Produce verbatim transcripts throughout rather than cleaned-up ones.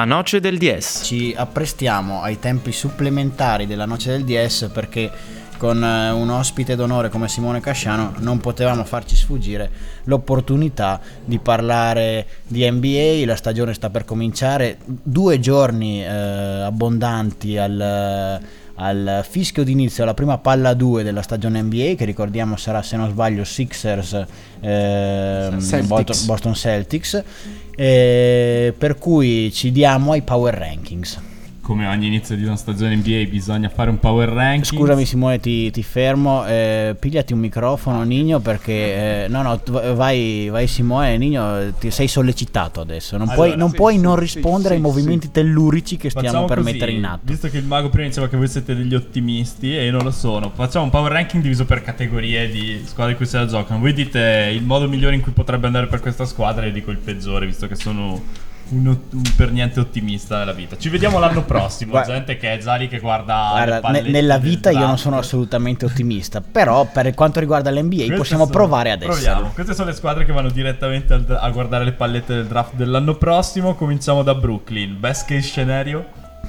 La Noce del D S. Ci apprestiamo ai tempi supplementari della Noce del D S perché con un ospite d'onore come Simone Casciano non potevamo farci sfuggire l'opportunità di parlare di N B A. La stagione sta per cominciare, due giorni eh, abbondanti al, al fischio d'inizio, alla prima palla due della stagione N B A, che ricordiamo sarà, se non sbaglio, Sixers eh, Celtics. Boston Celtics, eh, per cui ci diamo ai power rankings. Come ogni inizio di una stagione N B A bisogna fare un power ranking. Scusami Simone, ti, ti fermo, eh, pigliati un microfono Nino, perché eh, no no vai, vai Simone. Nino, ti sei sollecitato adesso, non allora, puoi, non, sì, puoi sì, non sì, rispondere sì, ai movimenti sì. tellurici che stiamo Facciamo per così, mettere in atto. Visto che il mago prima diceva che voi siete degli ottimisti e io non lo sono, facciamo un power ranking diviso per categorie di squadre in cui se la giocano. Voi dite il modo migliore in cui potrebbe andare per questa squadra, e dico il peggiore, visto che sono Un, un per niente ottimista nella vita. Ci vediamo l'anno prossimo. Guarda, gente che è già lì che guarda, guarda le ne, nella del vita io non draft. sono assolutamente ottimista, però per quanto riguarda l'N B A Queste possiamo sono, provare ad proviamo. esserlo. Queste sono le squadre che vanno direttamente al, a guardare le pallette del draft dell'anno prossimo. Cominciamo da Brooklyn. Best case scenario?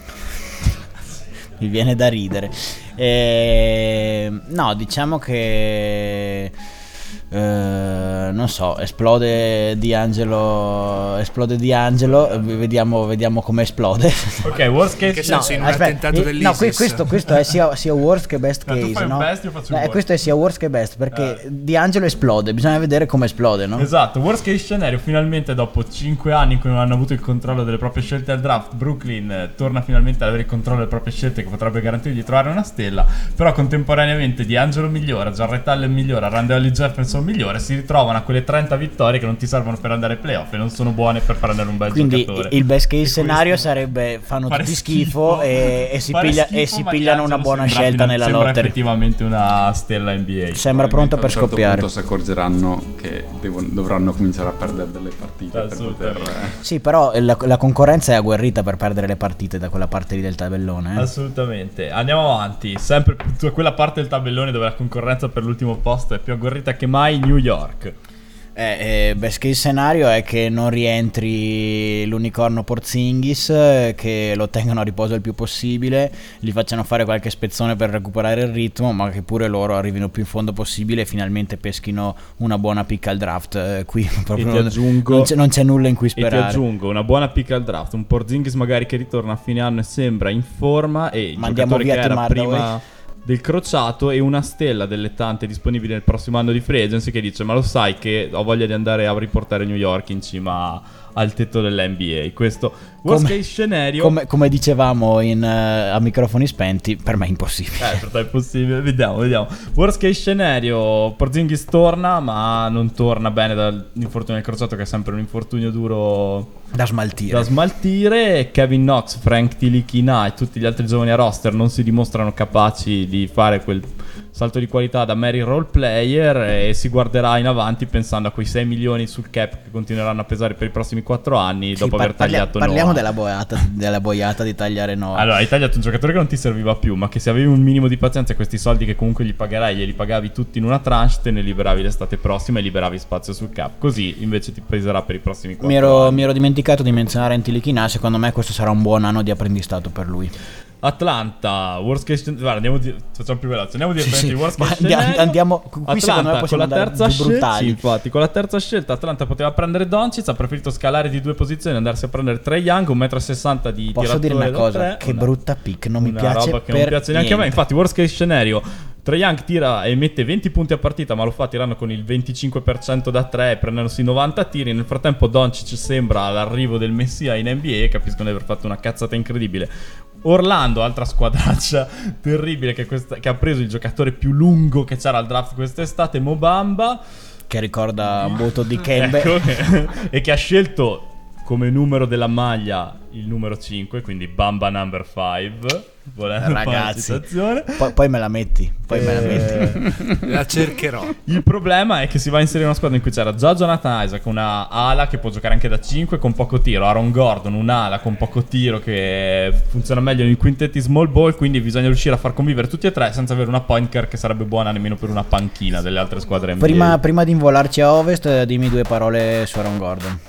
Mi viene da ridere. Eh, no, diciamo che Uh, non so, esplode D'Angelo, esplode D'Angelo, vediamo, vediamo come esplode. Ok, worst case. Che senso, No, in un aspetta, attentato eh, dell'ISIS? no, que- questo, questo è sia, sia worst che best No, tu case, fai un no? best, io faccio un No, eh, worst. questo è sia worst che best, perché Eh. D'Angelo esplode, bisogna vedere come esplode, no? Esatto, worst case scenario, finalmente dopo cinque anni in cui non hanno avuto il controllo delle proprie scelte al draft, Brooklyn eh, torna finalmente ad avere il controllo delle proprie scelte, che potrebbe garantirgli di trovare una stella. Però contemporaneamente D'Angelo migliora, Jarrett Allen migliora, Randall Jefferson migliora, si ritrovano a quelle trenta vittorie che non ti servono per andare ai playoff e non sono buone per prendere un bel Quindi giocatore. il best case E scenario questo- sarebbe fanno fare tutti schifo, e, e si, fare piglia- schifo, e si ma pigliano una D'Angelo buona sembra scelta fino- nella sembra lottery. effettivamente una stella N B A. Sembra pronto per a un certo scoppiare. punto si accorgeranno che devono- dovranno cominciare a perdere delle partite per Assolutamente. poter eh. Sì, però la, la concorrenza è agguerrita per perdere le partite da quella parte lì del tabellone. Eh? Assolutamente. Andiamo avanti. Sempre da quella parte del tabellone dove la concorrenza per l'ultimo posto è più agguerrita che mai, New York. Eh, eh, best case scenario è che non rientri l'unicorno Porzingis, eh, che lo tengano a riposo il più possibile, gli facciano fare qualche spezzone per recuperare il ritmo, ma che pure loro arrivino più in fondo possibile e finalmente peschino una buona pick al draft. Eh, qui proprio ti non, aggiungo- non, c'è, non c'è nulla in cui E ti sperare. aggiungo una buona pick al draft, un Porzingis magari che ritorna a fine anno e sembra in forma, e il Mandiamo giocatore via che Tim era Hardaway. prima del crociato, e una stella delle tante disponibili nel prossimo anno di free agency che dice: ma lo sai che ho voglia di andare a riportare New York in cima al tetto dell'N B A. Questo worst Come- case scenario. Come, come dicevamo in, eh, a microfoni spenti, per me è impossibile. Eh, per te è possibile. Vediamo, vediamo. Worst case scenario: Porzingis torna, ma non torna bene dall'infortunio del crociato, che è sempre un infortunio duro Da smaltire. da smaltire. Kevin Knox, Frank Tilikina e tutti gli altri giovani a roster non si dimostrano capaci di fare quel salto di qualità da Mary role player, e si guarderà in avanti pensando a quei sei milioni sul cap che continueranno a pesare per i prossimi quattro anni, Sì, dopo par- aver parlia- tagliato parliamo Noah. della boiata, della boiata di tagliare Noah. Allora, hai tagliato un giocatore che non ti serviva più, ma che se avevi un minimo di pazienza e questi soldi che comunque gli pagherai, glieli pagavi tutti in una tranche, te ne liberavi l'estate prossima e liberavi spazio sul cap. Così invece ti peserà per i prossimi quattro Mi ero, anni. mi ero dimenticato di menzionare Antilichina. Secondo me questo sarà un buon anno di apprendistato per lui. Atlanta, worst case scenario. Guarda, andiamo di... facciamo più veloce. Andiamo direttamente Sì, al worst ma case andiamo- scenario. andiamo- qui secondo me Atlanta possiamo con la andare terza più scelta. brutali. Sì, infatti, con la terza scelta Atlanta poteva prendere Doncic, ha preferito scalare di due posizioni e andarsi a prendere Trae Young, un metro e sessanta di Posso dire tiratore una da cosa? tre, Che una- brutta pick, non mi una piace roba che per non piace neanche a me. niente. Infatti, worst case scenario: Trae Young tira e mette venti punti a partita, ma lo fa tirando con il venticinque per cento da tre e prendendosi novanta tiri. Nel frattempo Doncic sembra all'arrivo del messia in N B A e capiscono di aver fatto una cazzata incredibile. Orlando, altra squadraccia terribile, che, questa, che ha preso il giocatore più lungo che c'era al draft quest'estate, Mo Bamba, Che ricorda un voto di Kembe. ecco, e che ha scelto come numero della maglia il numero cinque, quindi Bamba number cinque. Volendo fare una Ragazzi, citazione. poi, poi me la metti. Poi me la metti. Eh, La cercherò. Il problema è che si va a inserire una squadra in cui c'era già Jonathan Isaac, una ala che può giocare anche da cinque con poco tiro, Aaron Gordon, un'ala con poco tiro che funziona meglio in quintetti small ball, quindi bisogna riuscire a far convivere tutti e tre senza avere una point guard che sarebbe buona nemmeno per una panchina delle altre squadre N B A. Prima, prima di involarci a ovest, eh, dimmi due parole su Aaron Gordon.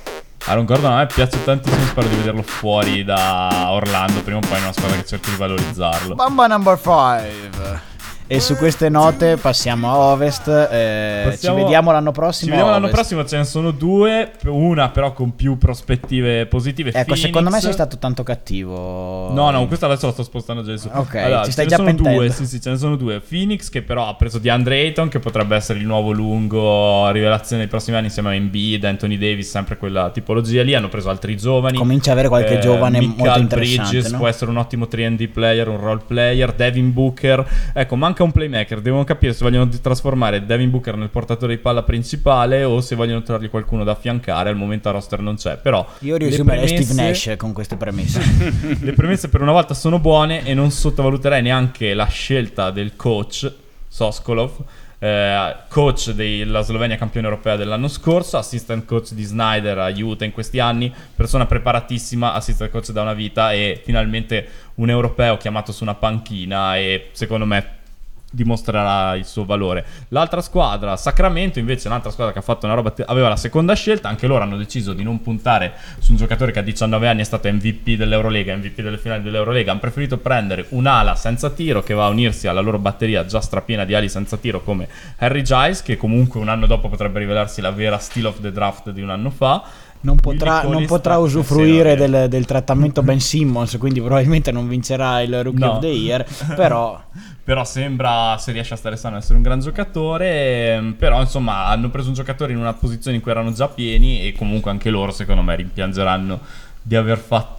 Aaron Gordon a me piace tantissimo, spero di vederlo fuori da Orlando prima o poi in una squadra che cerchi di valorizzarlo. Bamba number five. E su queste note passiamo a Ovest. eh, Passiamo- Ci vediamo l'anno prossimo. Ci vediamo a l'anno Ovest. prossimo, ce ne sono due, una però con più prospettive positive. Ecco, Phoenix. secondo me sei stato tanto cattivo. No, no, questa adesso la sto spostando già in su. Ok, Allora, ti stai ce già ne sono pentendo. due, sì, sì, ce ne sono due. Phoenix che però ha preso DeAndre Ayton, che potrebbe essere il nuovo lungo rivelazione dei prossimi anni insieme a Embiid, Anthony Davis, sempre quella tipologia lì. Hanno preso altri giovani. Comincia ad avere qualche giovane Mikal molto interessante, Bridges no? può essere un ottimo tre and D player, un role player. Devin Booker, ecco, manca un playmaker. Devono capire se vogliono di- trasformare Devin Booker nel portatore di palla principale o se vogliono trovargli qualcuno da affiancare. Al momento a roster non c'è, però Io le riassumerei premesse- Steve Nash con queste premesse. le premesse per una volta sono buone e non sottovaluterei neanche la scelta del coach Soskolov, eh, coach della Slovenia campione europea dell'anno scorso, assistant coach di Snyder a Utah in questi anni, persona preparatissima, assistant coach da una vita e finalmente un europeo chiamato su una panchina e secondo me dimostrerà il suo valore. L'altra squadra, Sacramento, invece, un'altra squadra che ha fatto una roba, aveva la seconda scelta, anche loro hanno deciso di non puntare su un giocatore che a diciannove anni è stato M V P dell'Eurolega, M V P delle finali dell'Eurolega. Hanno preferito prendere un'ala senza tiro che va a unirsi alla loro batteria già strapiena di ali senza tiro come Harry Giles, che comunque un anno dopo potrebbe rivelarsi la vera steal of the draft di un anno fa. Non potrà, Willie non potrà Cauley-Stein, usufruire sì, del, del trattamento Ben Simmons, quindi probabilmente non vincerà il Rookie No. of the Year, però Però sembra, se riesce a stare sano, essere un gran giocatore. ehm, Però insomma hanno preso un giocatore in una posizione in cui erano già pieni e comunque anche loro secondo me rimpiangeranno di aver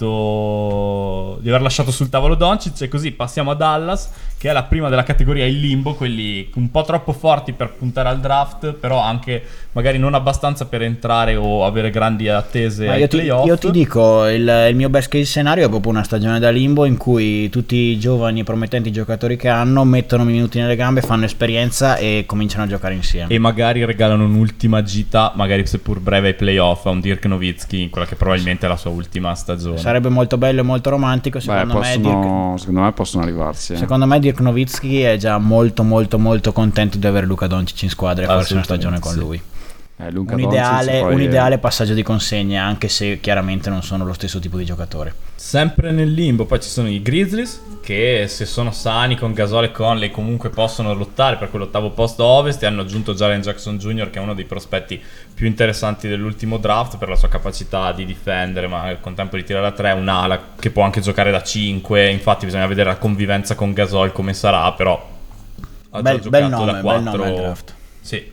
fatto di aver lasciato sul tavolo Doncic. E così passiamo a Dallas, che è la prima della categoria in limbo, quelli un po' troppo forti per puntare al draft, però anche magari non abbastanza per entrare o avere grandi attese ma ai io, ti, playoff. io ti dico, il, il mio best case scenario è proprio una stagione da limbo in cui tutti i giovani e promettenti giocatori che hanno mettono minuti nelle gambe, fanno esperienza e cominciano a giocare insieme. E magari regalano un'ultima gita, magari seppur breve ai playoff, a un Dirk Nowitzki in quella che probabilmente è la sua ultima stagione. Sarebbe molto bello e molto romantico. Beh, Secondo, me, Dirk, possono, secondo me possono arrivarsi. eh. secondo me Dirk Nowitzki è già molto molto molto contento di avere Luka Doncic in squadra e farsi una stagione con sì. lui. Eh, Luka Un Doncic ideale, poi un è- ideale passaggio di consegne, anche se chiaramente non sono lo stesso tipo di giocatore. Sempre nel limbo poi ci sono i Grizzlies, che se sono sani con Gasol e Conley comunque possono lottare per quell'ottavo posto ovest, e hanno aggiunto Jaren Jackson Junior, che è uno dei prospetti più interessanti dell'ultimo draft per la sua capacità di difendere ma al contempo di tirare a tre, un'ala che può anche giocare da cinque. Infatti bisogna vedere la convivenza con Gasol come sarà, però ha Bel- già bel giocato nome, da bel quattro. nome al draft. Sì.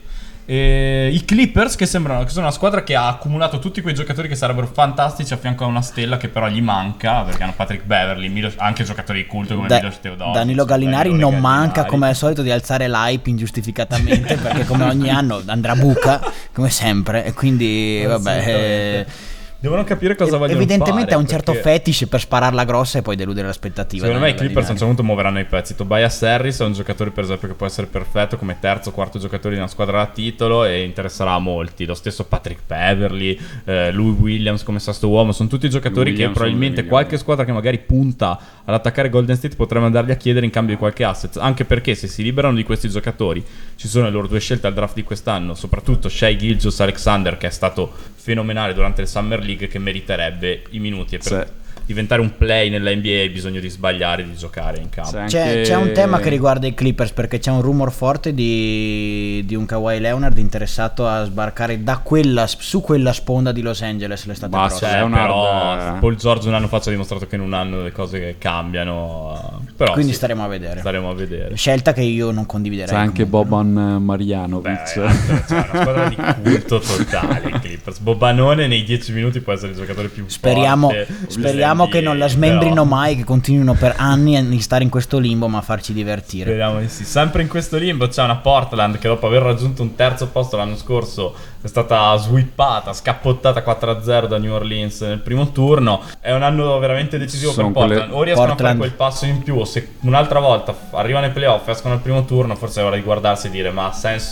E i Clippers, che sembrano che sono una squadra che ha accumulato tutti quei giocatori che sarebbero fantastici a fianco a una stella che però gli manca, perché hanno Patrick Beverly, Milos, anche giocatori di culto come Da- Milos Teodosic. Danilo Gallinari Danilo non manca Gallinari. come al solito di alzare l'hype ingiustificatamente perché come ogni anno andrà buca come sempre, e quindi vabbè, Assolutamente. eh, Devono capire cosa vogliono evidentemente fare, ha un certo perché fetish per spararla grossa e poi deludere l'aspettativa. secondo me i Danilo Clippers a un certo Gallinari. punto muoveranno i pezzi. Tobias Harris è un giocatore per esempio che può essere perfetto come terzo o quarto giocatore di una squadra a titolo e interesserà a molti. Lo stesso Patrick Beverly, eh, Louis Williams come sesto uomo, sono tutti giocatori Williams, che probabilmente Williams. qualche squadra che magari punta ad attaccare Golden State potrebbe andargli a chiedere in cambio di qualche asset, anche perché se si liberano di questi giocatori ci sono le loro due scelte al draft di quest'anno, soprattutto Shai Gilgeous-Alexander, che è stato fenomenale durante il Summer League, che meriterebbe i minuti, e per Sì. diventare un play nella N B A hai bisogno di sbagliare, di giocare in campo. Sì. C'è, Anche- c'è un tema che riguarda i Clippers, perché c'è un rumor forte di, di un Kawhi Leonard interessato a sbarcare da quella, su quella sponda di Los Angeles l'estate Ma prossima. c'è Cioè, una- però eh. Paul George un anno fa ci ha dimostrato che in un anno le cose cambiano, però Quindi sì, staremo a vedere. staremo a vedere. Scelta che io non condividerei. C'è anche comunque, no? Boban Beh, Marjanovic. c'è una squadra di culto totale i Clippers. Bobanone nei dieci minuti può essere il giocatore più Speriamo, forte speriamo che non la dell'N B A, smembrino però mai, che continuino per anni a stare in questo limbo ma a farci divertire. speriamo di sì. Sempre in questo limbo c'è una Portland che dopo aver raggiunto un terzo posto l'anno scorso è stata swippata, scappottata quattro a zero da New Orleans nel primo turno. È un anno veramente decisivo Sono per Portland. quelle- O riescono Portland. a fare quel passo in più, o se un'altra volta f- arrivano ai playoff, escono al primo turno, forse è ora di guardarsi e dire ma ha senso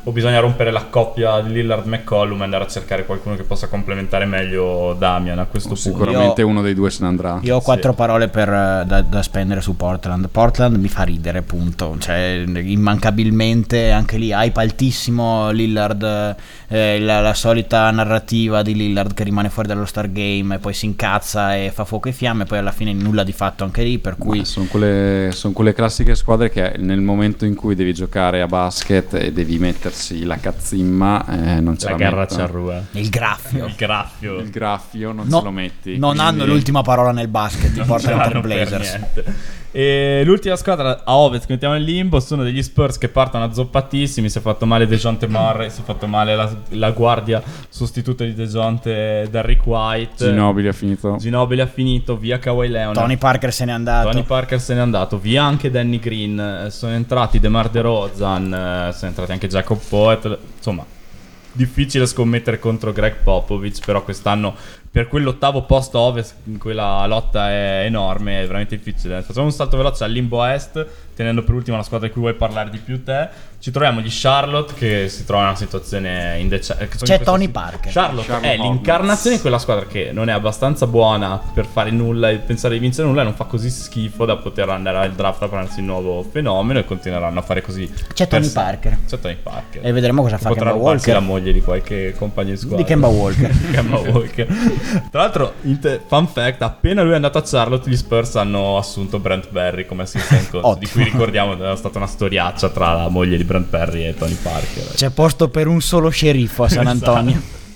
o bisogna rompere la coppia di Lillard-McCollum e andare a cercare qualcuno che possa complementare meglio Damian a questo O punto. sicuramente Io- uno dei due se ne andrà. Io ho Sì. quattro parole per, eh, da, da spendere su Portland. Portland mi fa ridere, punto. Cioè, immancabilmente anche lì hype altissimo. Lillard, eh, la, la solita narrativa di Lillard che rimane fuori dallo Star Game e poi si incazza e fa fuoco e fiamme, poi alla fine nulla di fatto anche lì. Per cui Sono quelle, son quelle classiche squadre che nel momento in cui devi giocare a basket e devi mettersi la cazzimma, eh, non ce La la, guerra mettono. Ciarrua. il graffio. Il graffio. Il graffio non No, se lo metti. non quindi- hanno l'ultima parola nel basket. I Non Portland ce l'hanno Trail per Blazers. niente. E l'ultima squadra a ovest che mettiamo in limbo sono degli Spurs che partono azzoppatissimi. Si è fatto male DeJounte Murray, si è fatto male la, la guardia sostituta di DeJounte, Derrick White. Ginobili ha finito. Ginobili ha finito, via Kawhi Leonard. Tony Parker se n'è andato. Tony Parker se n'è andato, via anche Danny Green, eh, sono entrati DeMar DeRozan, eh, sono entrati anche Jacob Poeltl, insomma difficile scommettere contro Greg Popovich, però quest'anno per quell'ottavo posto ovest in cui la lotta è enorme è veramente difficile. Facciamo un salto veloce al limbo est, tenendo per ultima la squadra di cui vuoi parlare di più te. Ci troviamo gli Charlotte che si trova in una situazione indecente. C'è Tony Parker. Charlotte Charlotte è Hornets. l'incarnazione di quella squadra che non è abbastanza buona per fare nulla e pensare di vincere nulla, e non fa così schifo da poter andare al draft a prendersi il nuovo fenomeno, e continueranno a fare così. C'è Tony per- Parker. C'è Tony Parker. E vedremo cosa fa Potrà Kemba rubarsi Walker. la moglie di qualche compagno di squadra. Di Kemba Walker. Kemba Walker. Tra l'altro, inte- fun fact, appena lui è andato a Charlotte, gli Spurs hanno assunto Brent Barry come assistant coach, Ottimo. di cui ricordiamo che era stata una storiaccia tra la moglie di Brent Barry e Tony Parker. C'è posto per un solo sceriffo a San Antonio.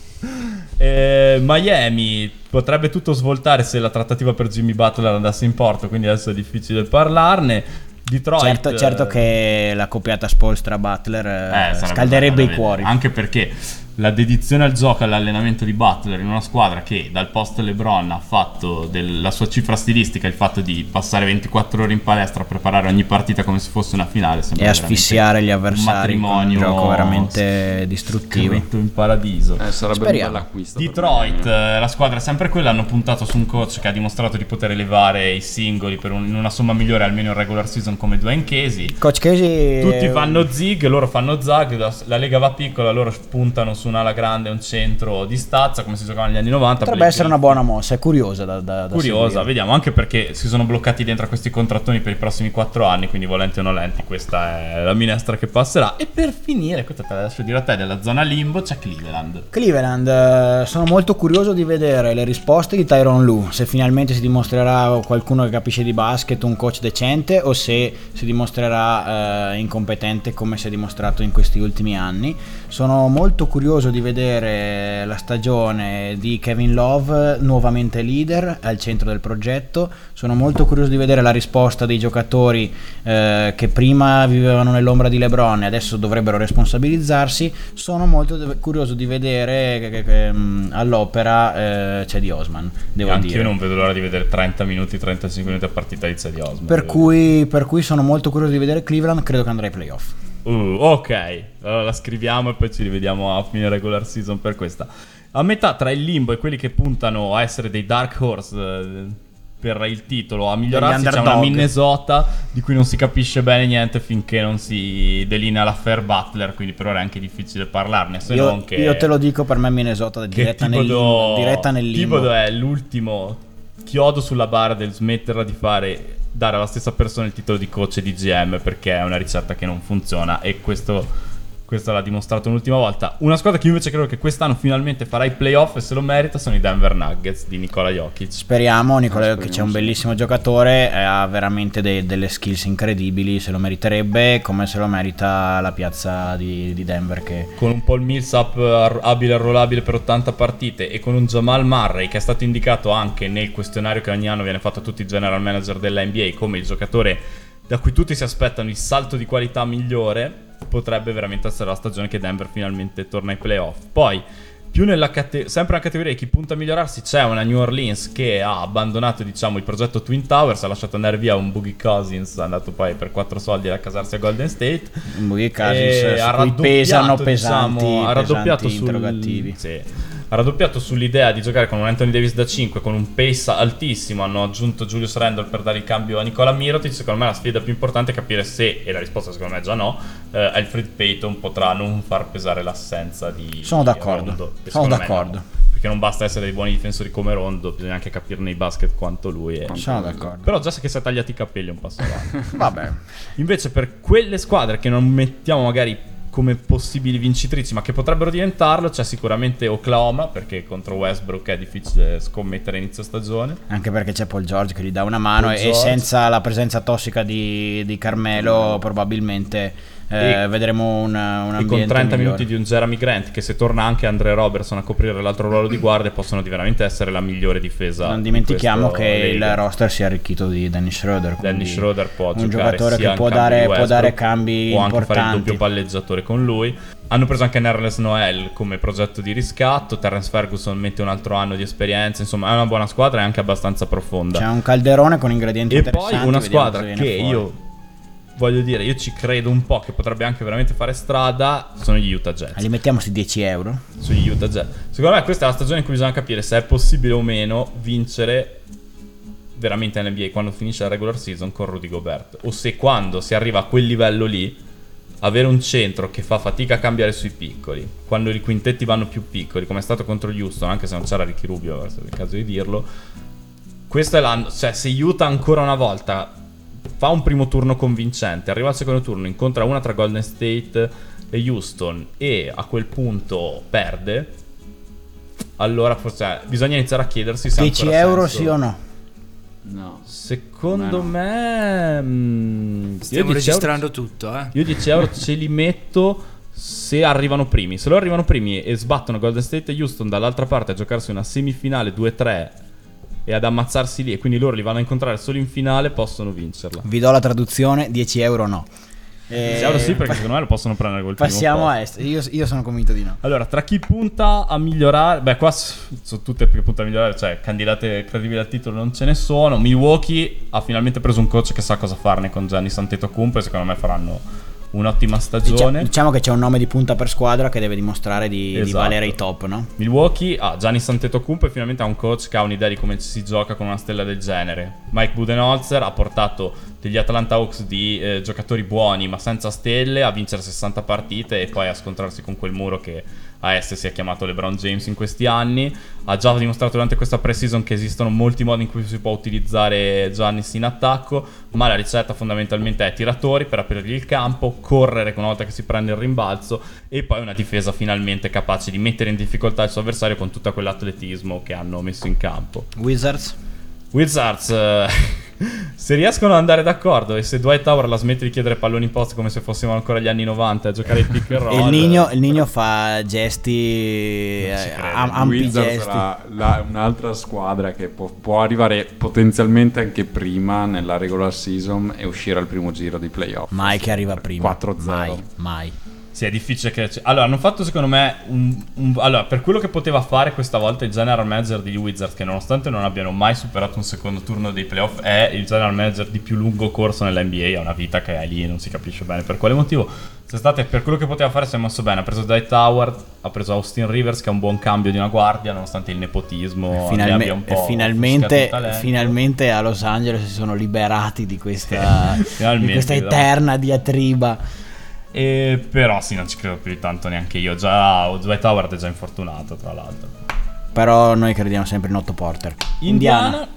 Eh, Miami potrebbe tutto svoltare se la trattativa per Jimmy Butler andasse in porto, quindi adesso è difficile parlarne. Detroit, Certo, certo eh, che la coppiata Spolstra-Butler eh, eh, sarebbe scalderebbe bella i da cuori. vedere. Anche perché la dedizione al gioco e all'allenamento di Butler in una squadra che dal post LeBron ha fatto della sua cifra stilistica il fatto di passare ventiquattro ore in palestra a preparare ogni partita come se fosse una finale, sembra E asfissiare gli veramente avversari un con un matrimonio gioco veramente distruttivo. scritto in paradiso. Eh, sarebbe Speriamo. un bell'acquisto. per Detroit, Miami. eh, la squadra è sempre quella, hanno puntato su un coach che ha dimostrato di poter elevare i singoli per un- in una somma migliore almeno in regular season come Dwayne Casey. Coach Casey Tutti fanno zig, loro fanno zag, la, la lega va piccola, loro puntano su un'ala grande e un centro di stazza come si giocava negli anni novanta. potrebbe per i essere una buona mossa, è curiosa da, da, da Curiosa, seguire. vediamo, anche perché si sono bloccati dentro a questi contrattoni per i prossimi quattro anni, quindi volenti o nolenti questa è la minestra che passerà. E per finire, questo te la lascio dire a te, della zona limbo c'è Cleveland. Cleveland, eh, sono molto curioso di vedere le risposte di Tyronn Lue, se finalmente si dimostrerà qualcuno che capisce di basket, un coach decente, o se si dimostrerà eh, incompetente come si è dimostrato in questi ultimi anni. Sono molto curioso di vedere la stagione di Kevin Love nuovamente leader al centro del progetto. Sono molto curioso di vedere la risposta dei giocatori eh, che prima vivevano nell'ombra di LeBron e adesso dovrebbero responsabilizzarsi. Sono molto de- curioso di vedere che, che, che, mh, all'opera eh, Cedi Osman, devo Anche dire. io non vedo l'ora di vedere trenta minuti, trentacinque minuti a partita di Cedi Osman. Per cui, per cui sono molto curioso di vedere Cleveland, credo che andrà ai playoff. Uh, ok, allora la scriviamo e poi ci rivediamo a fine regular season per questa. A metà tra il limbo e quelli che puntano a essere dei dark horse eh, per il titolo, a migliorarsi, Degli c'è una underdog. Minnesota di cui non si capisce bene niente finché non si delinea l'affair Butler, quindi per ora è anche difficile parlarne, se Io, non che... io te lo dico, per me Minnesota è che diretta nel Thibodeau- limbo, diretta nel limbo. Thibodeau è l'ultimo chiodo sulla barra del smetterla di fare, dare alla stessa persona il titolo di coach e di G M, perché è una ricetta che non funziona, e questo questo l'ha dimostrato un'ultima volta. Una squadra che io invece credo che quest'anno finalmente farà i playoff e se lo merita sono i Denver Nuggets di Nikola Jokic. Speriamo, Nicola, Speriamo, che c'è un sì. bellissimo giocatore, eh, ha veramente de- delle skills incredibili, se lo meriterebbe come se lo merita la piazza di, di Denver, che Con un Paul Millsap ar- abile e arruolabile per ottanta partite, e con un Jamal Murray che è stato indicato anche nel questionario che ogni anno viene fatto a tutti i general manager della N B A come il giocatore da cui tutti si aspettano il salto di qualità migliore, potrebbe veramente essere la stagione che Denver finalmente torna ai playoff. Poi, più nella cate- sempre nella categoria di chi punta a migliorarsi, c'è una New Orleans che ha abbandonato, diciamo, il progetto Twin Towers, ha lasciato andare via un Boogie Cousins, è andato poi per quattro soldi a casarsi a Golden State. in Boogie E Cousins ha su cui pesano raddoppiato, pesanti, diciamo, ha raddoppiato pesanti sul- interrogativi. sì. ha raddoppiato sull'idea di giocare con un Anthony Davis da cinque, con un pace altissimo. Hanno aggiunto Julius Randle per dare il cambio a Nikola Mirotic. Secondo me la sfida più importante è capire se, e la risposta secondo me già no, eh, Elfrid Payton potrà non far pesare l'assenza di Sono d'accordo, Rondo, sono d'accordo. No, perché non basta essere dei buoni difensori come Rondo, bisogna anche capire nei basket quanto lui è. Sono d'accordo. Però già che si è tagliati i capelli è un passo avanti. Vabbè. Invece per quelle squadre che non mettiamo magari come possibili vincitrici, ma che potrebbero diventarlo, c'è sicuramente Oklahoma, perché contro Westbrook è difficile scommettere inizio stagione. Anche perché c'è Paul George che gli dà una mano, Paul e George. senza la presenza tossica di, di Carmelo probabilmente eh, E- vedremo un, un ambiente E con trenta migliore. minuti di un Jeremy Grant, che se torna anche Andre Robertson a coprire l'altro ruolo di guardia, possono di veramente essere la migliore difesa. Non di dimentichiamo questo che Lega. il roster si è arricchito di Dennis Schroeder. Dennis quindi Schroeder può un giocare giocatore sia che può in cambi dare, di può Westbrook, dare cambi può anche fare il importanti. doppio palleggiatore con lui. Hanno preso anche Nerlens Noel come progetto di riscatto. Terrence Ferguson mette un altro anno di esperienza. Insomma, è una buona squadra e anche abbastanza profonda. C'è un calderone con ingredienti E interessanti. poi una vediamo squadra cosa che viene fuori. io voglio dire, io ci credo un po' che potrebbe anche veramente fare strada, sono gli Utah Jazz. Li mettiamo su dieci euro. Sugli Utah Jazz. Secondo me questa è la stagione in cui bisogna capire se è possibile o meno vincere veramente nell'N B A quando finisce la regular season con Rudy Gobert, o se quando si arriva a quel livello lì avere un centro che fa fatica a cambiare sui piccoli, quando i quintetti vanno più piccoli, come è stato contro Houston, anche se non c'era Ricky Rubio, è il caso di dirlo. Questo è l'anno, cioè se Utah ancora una volta fa un primo turno convincente, arriva al secondo turno, incontra una tra Golden State e Houston e a quel punto perde, allora forse bisogna iniziare a chiedersi se ha dieci ancora euro senso. sì o no? No. Secondo No. me mm, Stiamo io dieci registrando euro, tutto, eh. io dieci euro ce li metto se arrivano primi. Se loro arrivano primi e sbattono Golden State e Houston dall'altra parte a giocarsi una semifinale due tre e ad ammazzarsi lì, e quindi loro li vanno a incontrare solo in finale, possono vincerla. Vi do la traduzione, dieci euro no. Eh, dieci euro sì, perché secondo me lo possono prendere col primo passiamo posto. a est. Io, io sono convinto di no. Allora, tra chi punta a migliorare, beh, qua s- sono tutte che punta a migliorare, cioè candidate credibili al titolo non ce ne sono. Milwaukee ha finalmente preso un coach che sa cosa farne con Giannis Antetokounmpo e secondo me faranno un'ottima Dicia- stagione. diciamo che c'è un nome di punta per squadra che deve dimostrare di, di Esatto. valere i top, no? Milwaukee ha Giannis Antetokounmpo e finalmente ha un coach che ha un'idea di come si gioca con una stella del genere. Mike Budenholzer ha portato degli Atlanta Hawks di eh, giocatori buoni ma senza stelle a vincere sessanta partite e poi a scontrarsi con quel muro che a est si è chiamato LeBron James in questi anni. Ha già dimostrato durante questa pre-season che esistono molti modi in cui si può utilizzare Giannis in attacco, ma la ricetta fondamentalmente è tiratori per aprirgli il campo, correre una volta che si prende il rimbalzo e poi una difesa finalmente capace di mettere in difficoltà il suo avversario con tutto quell'atletismo che hanno messo in campo. Wizards? Wizards, eh, se riescono ad andare d'accordo e se Dwight Howard la smette di chiedere palloni in post come se fossimo ancora agli anni novanta a giocare il pick and roll, E il Nino, il Nino fa gesti, Non ci eh, credo. am- ampi Wizards gesti. sarà la- un'altra squadra che può, può arrivare potenzialmente anche prima nella regular season e uscire al primo giro di playoff. Mai che arriva prima. quattro zero. Mai, mai. Sì, è difficile che... Allora, hanno fatto secondo me un, un- Allora, per quello che poteva fare questa volta il general manager di Wizards, che nonostante non abbiano mai superato un secondo turno dei playoff, è il general manager di più lungo corso nell'N B A, ha una vita che è lì e non si capisce bene per quale motivo. Se state, per quello che poteva fare si è mosso bene, ha preso Dwight Howard, ha preso Austin Rivers, che è un buon cambio di una guardia, nonostante il nepotismo Finalme- ne abbia un po' e offuscato finalmente, il talento. finalmente a Los Angeles si sono liberati di questa, Sì, di finalmente, questa esatto. eterna diatriba. E però sì, non ci credo più di tanto neanche io. Già Dwight Howard è già infortunato, tra l'altro. Però noi crediamo sempre in Otto Porter. Indiana,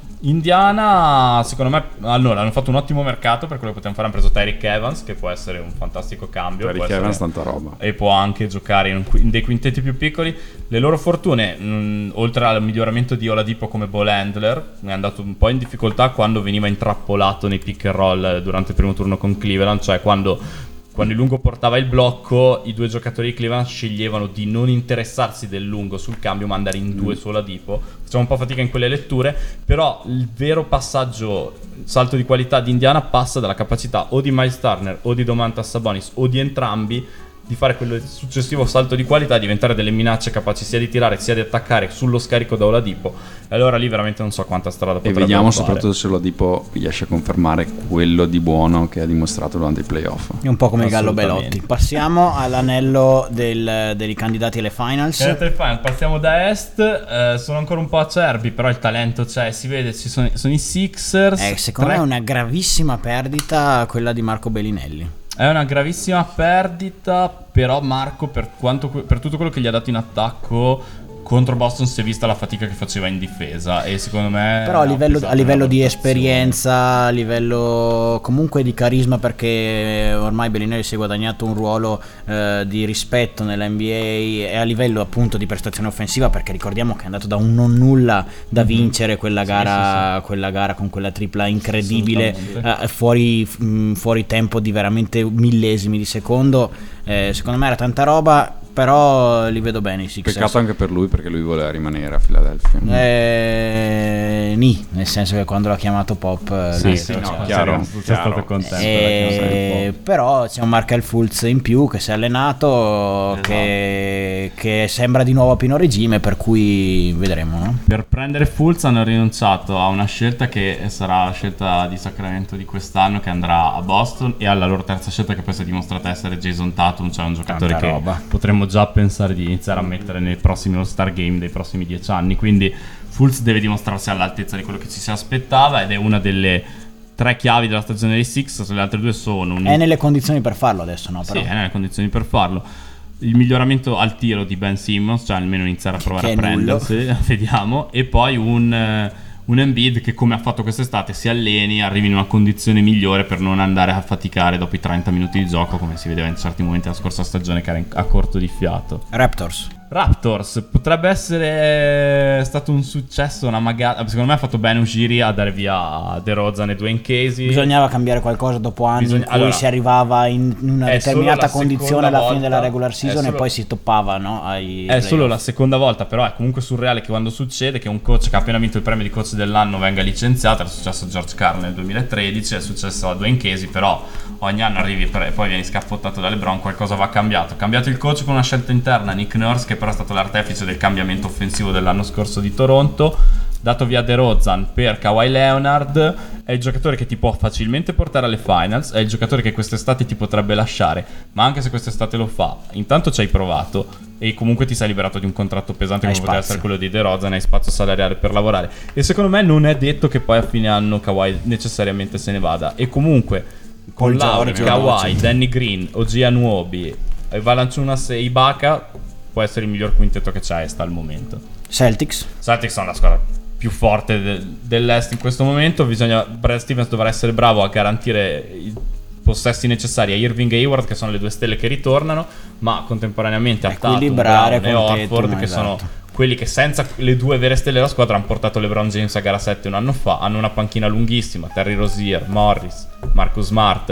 Indiana, secondo me, allora hanno fatto un ottimo mercato per quello che potevano fare. Hanno preso Tyreek Evans, che può essere un fantastico cambio. Per può i Evans essere- tanta roba. E può anche giocare in, un qui- in dei quintetti più piccoli. Le loro fortune, mh, oltre al miglioramento di Oladipo come ball handler, è andato un po' in difficoltà quando veniva intrappolato nei pick and roll durante il primo turno con Cleveland, cioè quando... Quando il lungo portava il blocco, i due giocatori di Cleveland sceglievano di non interessarsi del lungo sul cambio, ma andare in due su Oladipo. Facciamo un po' fatica in quelle letture, però il vero passaggio, salto di qualità di Indiana passa dalla capacità o di Miles Turner o di Domantas Sabonis o di entrambi di fare quel successivo salto di qualità, diventare delle minacce capaci sia di tirare sia di attaccare sullo scarico da Oladipo. E allora lì veramente non so quanta strada potrebbe fare. E vediamo fare. soprattutto se Oladipo riesce a confermare quello di buono che ha dimostrato durante i playoff. È un po' come il Gallo Belotti. Passiamo all'anello del, dei candidati alle finals. Final. Passiamo da est, eh, sono ancora un po' acerbi, però il talento c'è, si vede, ci sono, sono i Sixers. Eh, secondo tre... me è una gravissima perdita quella di Marco Bellinelli. È una gravissima perdita, però Marco per, quanto, per tutto quello che gli ha dato in attacco contro Boston si è vista la fatica che faceva in difesa, e secondo me però a livello, a livello di esperienza, a livello comunque di carisma, perché ormai Bellinelli si è guadagnato un ruolo eh, di rispetto nella N B A, e a livello appunto di prestazione offensiva, perché ricordiamo che è andato da un non nulla da vincere quella gara, sì, sì, sì. quella gara con quella tripla incredibile, eh, fuori, mh, fuori tempo di veramente millesimi di secondo. Eh, secondo me era tanta roba, però li vedo bene i Sixers. Peccato anche per lui, perché lui voleva rimanere a Philadelphia. Eh, ni, nel senso che quando l'ha chiamato Pop, sì, sì, no, cioè, chiaro, c'è stato contento. Eh, però c'è un Markel Fultz in più che si è allenato, esatto. che, che sembra di nuovo a pieno regime, per cui vedremo, no? Per prendere Fultz hanno rinunciato a una scelta che sarà la scelta di Sacramento di quest'anno, che andrà a Boston, e alla loro terza scelta, che poi si è dimostrata essere Jason Tatum, cioè un giocatore Tanta che roba. potremmo già pensare di iniziare a mettere nei prossimi All-Star Game dei prossimi dieci anni. Quindi Fultz deve dimostrarsi all'altezza di quello che ci si aspettava, ed è una delle tre chiavi della stagione dei Sixers. Le altre due sono un... è nelle condizioni per farlo adesso, no? Però. Sì, è nelle condizioni per farlo. Il miglioramento al tiro di Ben Simmons, cioè almeno iniziare a provare che a prendersi, vediamo, e poi un un Embiid che, come ha fatto quest'estate, si alleni, arrivi in una condizione migliore per non andare a faticare dopo i trenta minuti di gioco, come si vedeva in certi momenti della scorsa stagione, che era in, a corto di fiato. Raptors Raptors potrebbe essere stato un successo, una magata. Secondo me ha fatto bene Ujiri a dare via DeRozan e Dwayne Casey. Bisognava cambiare qualcosa dopo anni Bisogna... in cui allora, si arrivava in una determinata condizione alla volta, fine della regular season solo... e poi si toppava, no, ai È solo la seconda volta, però è comunque surreale che quando succede che un coach che ha appena vinto il premio di coach dell'anno venga licenziato. È successo a George Karl nel duemilatredici, è successo a Dwayne Casey, però ogni anno arrivi e poi vieni scaffottato da LeBron. Qualcosa va cambiato. Cambiato il coach con una scelta interna, Nick Nurse, che però è stato l'artefice del cambiamento offensivo dell'anno scorso di Toronto. Dato via DeRozan per Kawhi Leonard, è il giocatore che ti può facilmente portare alle finals, è il giocatore che quest'estate ti potrebbe lasciare, ma anche se quest'estate lo fa, intanto ci hai provato e comunque ti sei liberato di un contratto pesante come poteva essere quello di DeRozan, hai spazio salariale per lavorare, e secondo me non è detto che poi a fine anno Kawhi necessariamente se ne vada. E comunque con Lowry, Kawhi, Danny Green, O G Anunoby, Valanciunas e Ibaka può essere il miglior quintetto che c'è a est al momento. Celtics Celtics sono la squadra più forte de- dell'est in questo momento. Bisogna Brad Stevens dovrà essere bravo a garantire i possessi necessari a Irving e Hayward, che sono le due stelle che ritornano, ma contemporaneamente a Tatum, Brown e Horford, che esatto. sono quelli che senza le due vere stelle della squadra hanno portato LeBron James a gara sette un anno fa. Hanno una panchina lunghissima: Terry Rozier, Morris, Marcus Smart.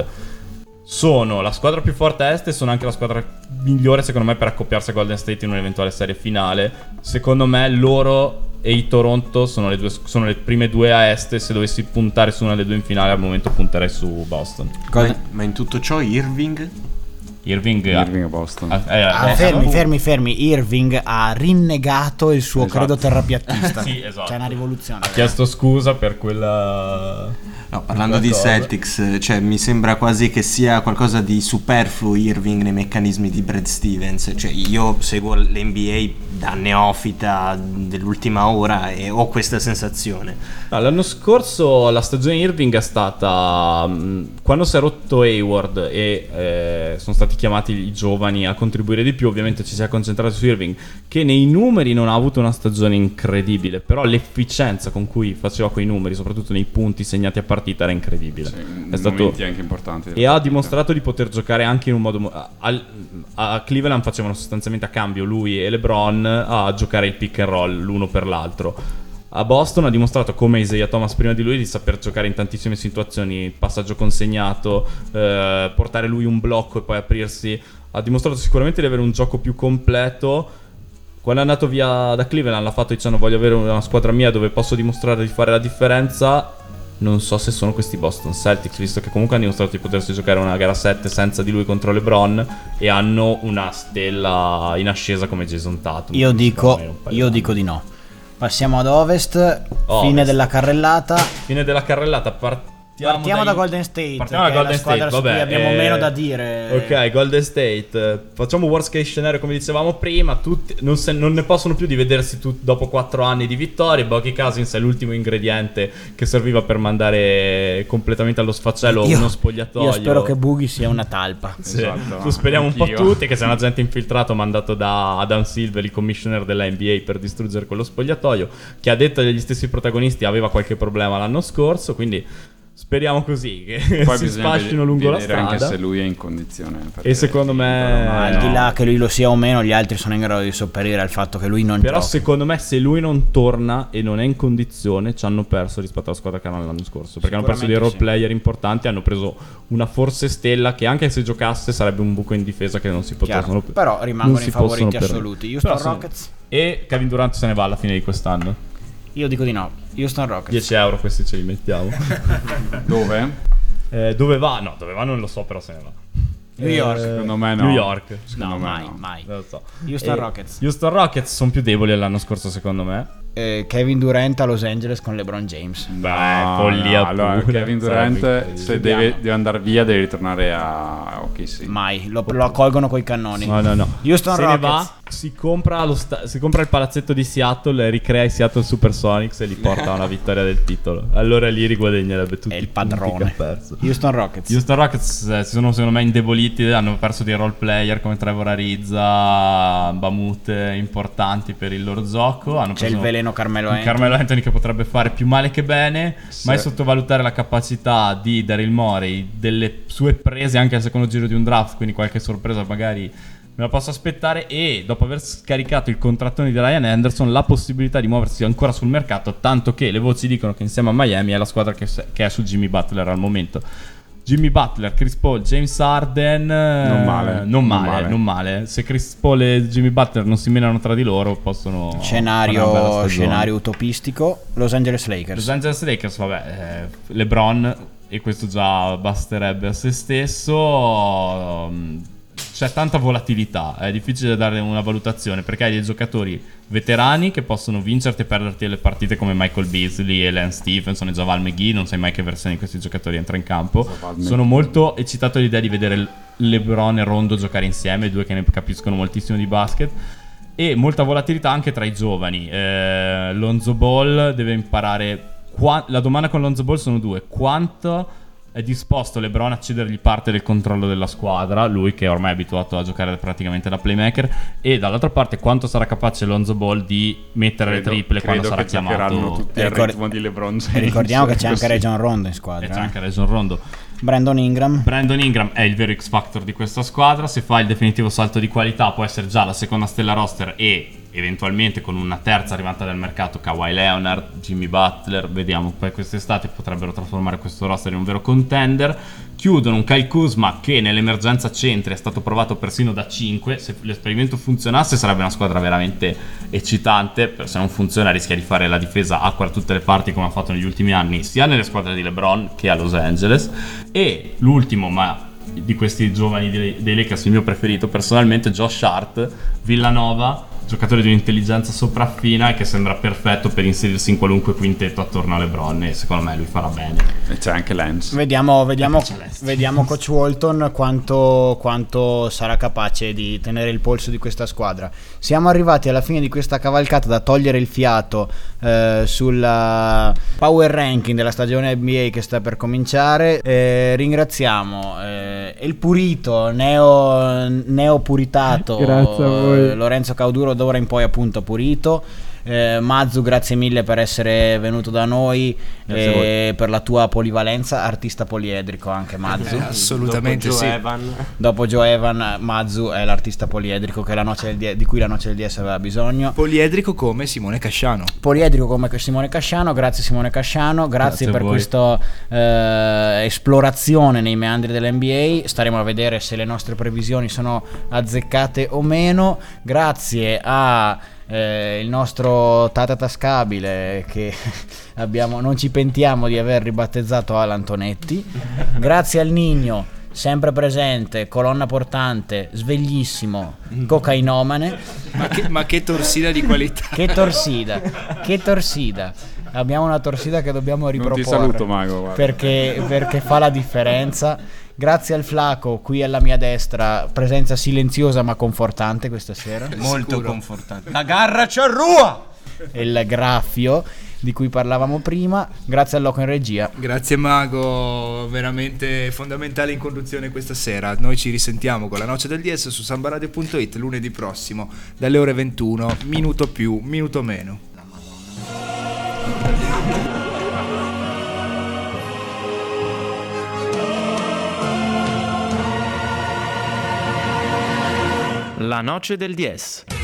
Sono la squadra più forte a est e sono anche la squadra migliore secondo me per accoppiarsi a Golden State in un'eventuale serie finale. Secondo me loro e i Toronto sono le, due, sono le prime due a est, e se dovessi puntare su una delle due in finale al momento punterei su Boston. Ma, ma in tutto ciò Irving? Irving, Irving a Boston. Ah, eh, ah, fermi, fermi, fermi. Irving ha rinnegato il suo esatto. credo terrapiattista. Sì, esatto. C'è una rivoluzione. Ha chiesto scusa per quella... No, parlando di Celtics, cioè mi sembra quasi che sia qualcosa di superfluo Irving nei meccanismi di Brad Stevens. Cioè io seguo l'N B A da neofita dell'ultima ora e ho questa sensazione. No, l'anno scorso la stagione Irving è stata mh, quando si è rotto Hayward e eh, sono stati chiamati i giovani a contribuire di più, ovviamente ci si è concentrato su Irving, che nei numeri non ha avuto una stagione incredibile, però l'efficienza con cui faceva quei numeri, soprattutto nei punti segnati a partita, era incredibile. Sì, è stato anche importanti e ha dimostrato di poter giocare anche in un modo a, a, a Cleveland facevano sostanzialmente a cambio lui e LeBron a giocare il pick and roll l'uno per l'altro. A Boston ha dimostrato, come Isaiah Thomas prima di lui, di saper giocare in tantissime situazioni, passaggio consegnato, eh, portare lui un blocco e poi aprirsi. Ha dimostrato sicuramente di avere un gioco più completo. Quando è andato via da Cleveland l'ha fatto dicendo: voglio avere una squadra mia dove posso dimostrare di fare la differenza. non so se sono questi Boston Celtics, visto che comunque hanno dimostrato di potersi giocare una gara sette senza di lui contro LeBron e hanno una stella in ascesa come Jason Tatum. Io dico, io dico di no. Passiamo ad Ovest, Ovest. Fine della carrellata. Fine della carrellata, partiamo, Partiamo dai... da Golden State, partiamo da che Golden è la squadra State, su cui vabbè, abbiamo eh... meno da dire. Ok, Golden State, facciamo worst case scenario come dicevamo prima, tutti, non, se, non ne possono più di vedersi tutti dopo quattro anni di vittorie. Bucky Cousins è l'ultimo ingrediente che serviva per mandare completamente allo sfaccello Io- uno spogliatoio. Io spero che Boogie sia una talpa. Sì, Esatto, lo speriamo un po' anch'io. tutti, che sia un agente infiltrato mandato da Adam Silver, il commissioner della N B A, per distruggere quello spogliatoio, che a detta degli stessi protagonisti aveva qualche problema l'anno scorso, quindi speriamo così che Poi si bisogna sfascino ved- lungo la vedere anche strada. se lui è in condizione, perché E secondo me- Ma al no. di là che lui lo sia o meno, gli altri sono in grado di sopperire al fatto che lui non Però gioca. secondo me se lui non torna e non è in condizione ci hanno perso rispetto alla squadra che hanno l'anno scorso, perché hanno perso dei role Sicuramente player importanti, hanno preso una forse stella che anche se giocasse sarebbe un buco in difesa che non si Chiaro. potevano Però rimangono non i si favoriti possono per- assoluti. Houston Però sono- Rockets? E Kevin Durant se ne va alla fine di quest'anno. Io dico di no. Houston Rockets. dieci euro questi ce li mettiamo. dove? Eh, dove va? No, dove va non lo so, però se ne va. New York. Secondo me no. New York. Secondo No, me mai, no. mai. Non lo so. Houston Eh, Rockets. Houston Rockets sono più deboli dell'anno scorso secondo me. Eh, Kevin Durant a Los Angeles con LeBron James. Beh, No, follia no, allora, pura. Kevin Sarebbe Durant incredibile. se deve, deve andare via deve ritornare a O K C. Mai. Lo, lo accolgono coi cannoni. No, no, no. Houston Se Rockets. ne va, si compra, lo sta- si compra il palazzetto di Seattle, ricrea i Seattle Supersonics e li porta a una vittoria del titolo. Allora lì riguadagnerebbe tutti È il i punti padrone. che ha perso. Houston Rockets. Houston Rockets eh, si sono secondo me indeboliti, hanno perso dei role player come Trevor Ariza, Bamute importanti per il loro gioco. Hanno C'è preso il veleno Carmelo un Anthony. Carmelo Anthony che potrebbe fare più male che bene. Sì. Mai sottovalutare la capacità di Daryl Morey, delle sue prese anche al secondo giro di un draft, quindi qualche sorpresa magari me la posso aspettare. E dopo aver scaricato il contrattone di Ryan Anderson, la possibilità di muoversi ancora sul mercato, tanto che le voci dicono che insieme a Miami è la squadra che, che è su Jimmy Butler al momento. Jimmy Butler, Chris Paul, James Harden non male, non male, non male. non male. Se Chris Paul e Jimmy Butler non si menano tra di loro possono fare una bella Scenario, stagione. scenario utopistico. Los Angeles Lakers. Los Angeles Lakers, vabbè, eh, LeBron, e questo già basterebbe a se stesso. um, C'è tanta volatilità, è difficile dare una valutazione perché hai dei giocatori veterani che possono vincerti e perderti le partite come Michael Beasley e Lance Stephenson e Javal McGee. Non sai mai che versione di questi giocatori entra in campo. Javal McGee. Sono molto eccitato all'idea di vedere LeBron e Rondo giocare insieme, due che ne capiscono moltissimo di basket. E molta volatilità anche tra i giovani. eh, Lonzo Ball deve imparare qua- la domanda con Lonzo Ball sono due: quanto è disposto LeBron a cedergli parte del controllo della squadra, lui che ormai è abituato a giocare praticamente da playmaker, e dall'altra parte quanto sarà capace Lonzo Ball di mettere Credo- le triple quando credo sarà che giocheranno chiamato. tutti E al ricor- ritmo di LeBron James. E ricordiamo che c'è anche Così. Rajon Rondo in E squadra. c'è eh. anche Rajon Rondo. Brandon Ingram. Brandon Ingram è il vero X Factor di questa squadra. Se fa il definitivo salto di qualità può essere già la seconda stella roster, e eventualmente con una terza arrivata dal mercato Kawhi Leonard, Jimmy Butler, vediamo poi quest'estate potrebbero trasformare questo roster in un vero contender. Chiudono un Kyle Kuzma che nell'emergenza centri è stato provato persino da cinque. Se l'esperimento funzionasse sarebbe una squadra veramente eccitante. Se non funziona rischia di fare la difesa acqua da tutte le parti come ha fatto negli ultimi anni sia nelle squadre di LeBron che a Los Angeles. E l'ultimo, ma di questi giovani dei, dei Lakers il mio preferito personalmente, Josh Hart, Villanova, giocatore di un'intelligenza sopraffina e che sembra perfetto per inserirsi in qualunque quintetto attorno a LeBron, e secondo me lui farà bene. E c'è anche Lance. Vediamo, vediamo, Celeste. vediamo Coach Walton quanto, quanto sarà capace di tenere il polso di questa squadra. Siamo arrivati alla fine di questa cavalcata da togliere il fiato eh, sulla power ranking della stagione N B A che sta per cominciare. Eh, ringraziamo eh, il purito, neo, neopuritato Grazie a voi. eh, Lorenzo Cauduro, d'ora in poi appunto purito. Eh, Mazzu, grazie mille per essere venuto da noi Grazie e per la tua polivalenza, artista poliedrico anche Mazzu. Eh, assolutamente Dopo sì. Joe Evan. Dopo Joe Evan, Mazzu è l'artista poliedrico che la noce del D- di cui la Noce del D S aveva bisogno. Poliedrico come Simone Casciano. Poliedrico come Simone Casciano. Grazie Simone Casciano, grazie, Grazie a per voi. questa eh, esplorazione nei meandri dell'N B A. Staremo a vedere se le nostre previsioni sono azzeccate o meno. Grazie a eh, il nostro Tata Tascabile che abbiamo, non ci pentiamo di aver ribattezzato Alan Tonetti, grazie al Nigno, sempre presente, colonna portante, sveglissimo, cocainomane. Ma che, ma che torsida di qualità. Che torsida, che torsida. Abbiamo una torsida che dobbiamo riproporre. Non ti saluto, Mago, guarda. Perché, perché fa la differenza. Grazie al Flaco, qui alla mia destra, presenza silenziosa ma confortante questa sera. Molto Sicuro. confortante. La garra Ciarrua! E il Graffio di cui parlavamo prima. Grazie al Loco in regia. Grazie Mago, veramente fondamentale in conduzione questa sera. Noi ci risentiamo con la Noce del D S su sambaradio punto it lunedì prossimo dalle ore ventuno, minuto più, minuto meno. La Noce del D S.